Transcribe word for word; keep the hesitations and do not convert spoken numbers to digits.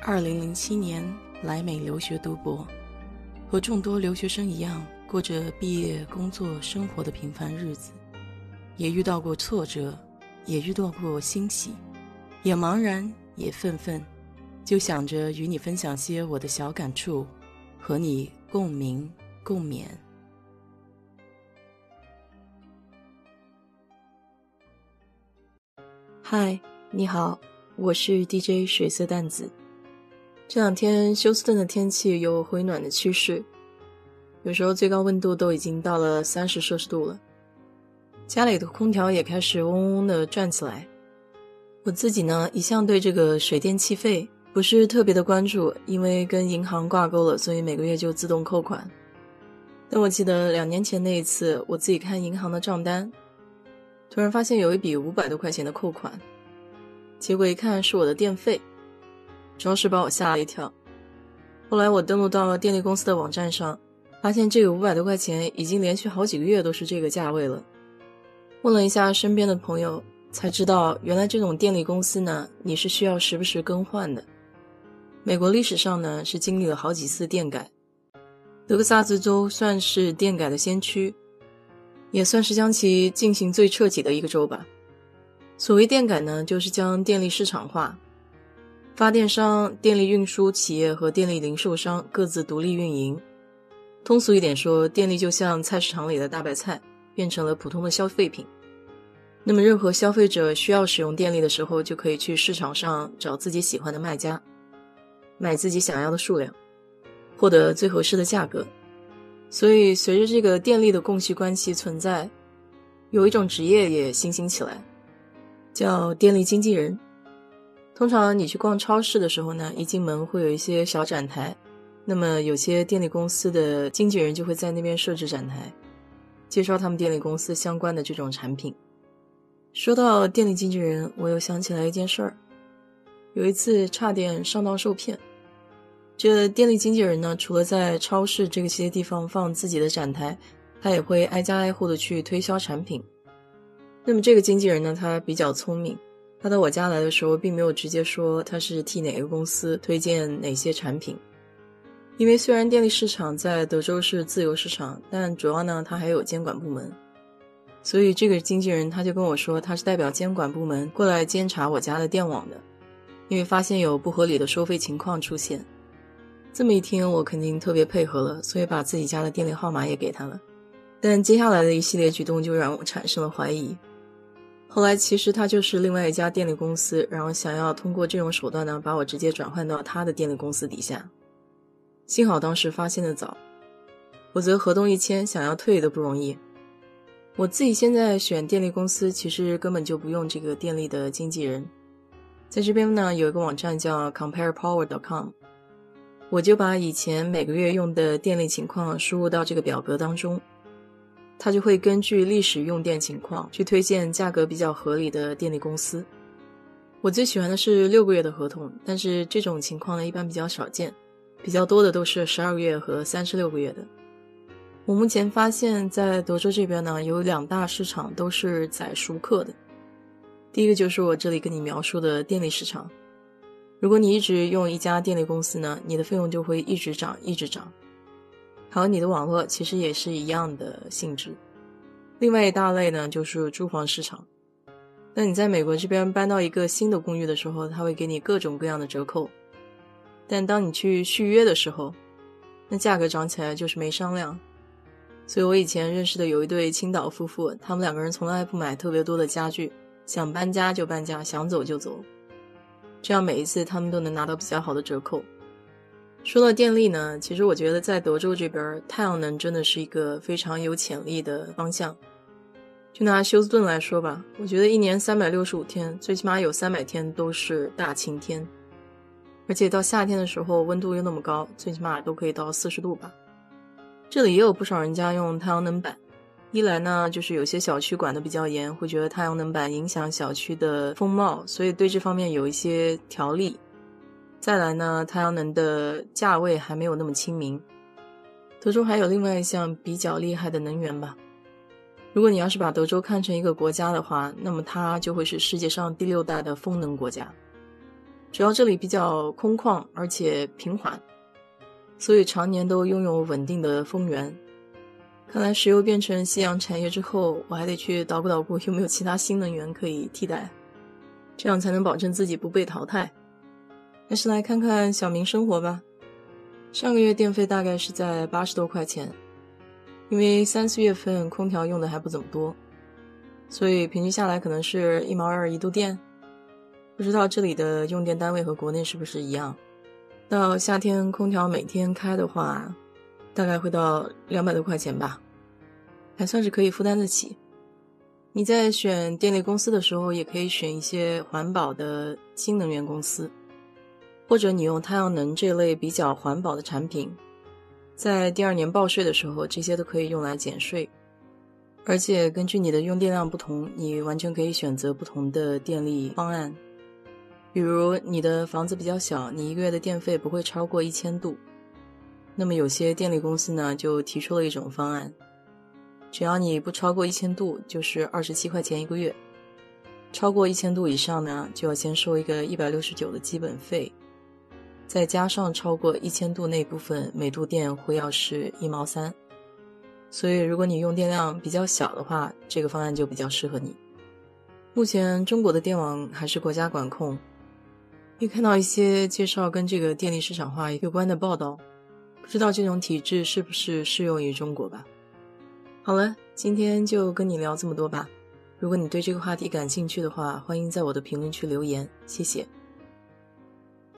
二零零七年来美留学读博，和众多留学生一样，过着毕业、工作、生活的平凡日子，也遇到过挫折，也遇到过欣喜，也茫然，也愤愤，就想着与你分享些我的小感触，和你共鸣共勉。嗨，你好，我是 D J 水色淡子。这两天休斯顿的天气有回暖的趋势，有时候最高温度都已经到了三十摄氏度了，家里的空调也开始嗡嗡的转起来。我自己呢，一向对这个水电气费不是特别的关注，因为跟银行挂钩了，所以每个月就自动扣款。但我记得两年前那一次，我自己看银行的账单，突然发现有一笔五百多块钱的扣款，结果一看是我的电费，着实把我吓了一跳。后来我登录到电力公司的网站上，发现这个五百多块钱已经连续好几个月都是这个价位了。问了一下身边的朋友，才知道原来这种电力公司呢，你是需要时不时更换的。美国历史上呢，是经历了好几次电改，德克萨斯州算是电改的先驱，也算是将其进行最彻底的一个州吧。所谓电改呢，就是将电力市场化，发电商、电力运输企业和电力零售商各自独立运营。通俗一点说，电力就像菜市场里的大白菜，变成了普通的消费品。那么任何消费者需要使用电力的时候，就可以去市场上找自己喜欢的卖家，买自己想要的数量，获得最合适的价格。所以随着这个电力的供需关系存在，有一种职业也新兴起来，叫电力经纪人。通常你去逛超市的时候呢，一进门会有一些小展台，那么有些电力公司的经纪人就会在那边设置展台，介绍他们电力公司相关的这种产品。说到电力经纪人，我又想起来一件事儿，有一次差点上当受骗。这电力经纪人呢，除了在超市这些地方放自己的展台，他也会挨家挨户的去推销产品。那么这个经纪人呢，他比较聪明，他到我家来的时候并没有直接说他是替哪个公司推荐哪些产品，因为虽然电力市场在德州是自由市场，但主要呢它还有监管部门，所以这个经纪人他就跟我说，他是代表监管部门过来监察我家的电网的，因为发现有不合理的收费情况出现。这么一听，我肯定特别配合了，所以把自己家的电力号码也给他了。但接下来的一系列举动就让我产生了怀疑。后来其实他就是另外一家电力公司，然后想要通过这种手段呢，把我直接转换到他的电力公司底下。幸好当时发现的早，否则合同一签，想要退都不容易。我自己现在选电力公司，其实根本就不用这个电力的经纪人。在这边呢，有一个网站叫 compare power dot com， 我就把以前每个月用的电力情况输入到这个表格当中，它就会根据历史用电情况去推荐价格比较合理的电力公司。我最喜欢的是六个月的合同，但是这种情况呢一般比较少见，比较多的都是十二个月和三十六个月的。我目前发现在德州这边呢，有两大市场都是宰熟客的。第一个就是我这里跟你描述的电力市场，如果你一直用一家电力公司呢，你的费用就会一直涨一直涨。还有你的网络其实也是一样的性质。另外一大类呢就是住房市场，那你在美国这边搬到一个新的公寓的时候，它会给你各种各样的折扣，但当你去续约的时候，那价格涨起来就是没商量。所以我以前认识的有一对青岛夫妇，他们两个人从来不买特别多的家具，想搬家就搬家，想走就走，这样每一次他们都能拿到比较好的折扣。说到电力呢，其实我觉得在德州这边，太阳能真的是一个非常有潜力的方向。就拿休斯顿来说吧，我觉得一年三百六十五天，最起码有三百天都是大晴天，而且到夏天的时候温度又那么高，最起码都可以到四十度吧。这里也有不少人家用太阳能板，一来呢就是有些小区管得比较严，会觉得太阳能板影响小区的风貌，所以对这方面有一些条例。再来呢，太阳能的价位还没有那么亲民。德州还有另外一项比较厉害的能源吧。如果你要是把德州看成一个国家的话，那么它就会是世界上第六大的风能国家。 主要这里比较空旷而且平缓，所以常年都拥有稳定的风源。看来石油变成夕阳产业之后，我还得去捣鼓捣鼓有没有其他新能源可以替代，这样才能保证自己不被淘汰。还是来看看小民生活吧。上个月电费大概是在八十多块钱，因为三四月份空调用的还不怎么多，所以平均下来可能是一毛二一度电。不知道这里的用电单位和国内是不是一样。到夏天空调每天开的话，大概会到两百多块钱吧，还算是可以负担得起。你在选电力公司的时候，也可以选一些环保的新能源公司，或者你用太阳能这类比较环保的产品，在第二年报税的时候，这些都可以用来减税。而且根据你的用电量不同，你完全可以选择不同的电力方案。比如你的房子比较小，你一个月的电费不会超过一千度，那么有些电力公司呢就提出了一种方案，只要你不超过一千度，就是二十七块钱一个月，超过一千度以上呢，就要先收一个一百六十九的基本费，再加上超过一千度那部分，每度电会要是一毛三。所以如果你用电量比较小的话，这个方案就比较适合你。目前中国的电网还是国家管控，也看到一些介绍跟这个电力市场化有关的报道，不知道这种体制是不是适用于中国吧。好了，今天就跟你聊这么多吧。如果你对这个话题感兴趣的话，欢迎在我的评论区留言，谢谢。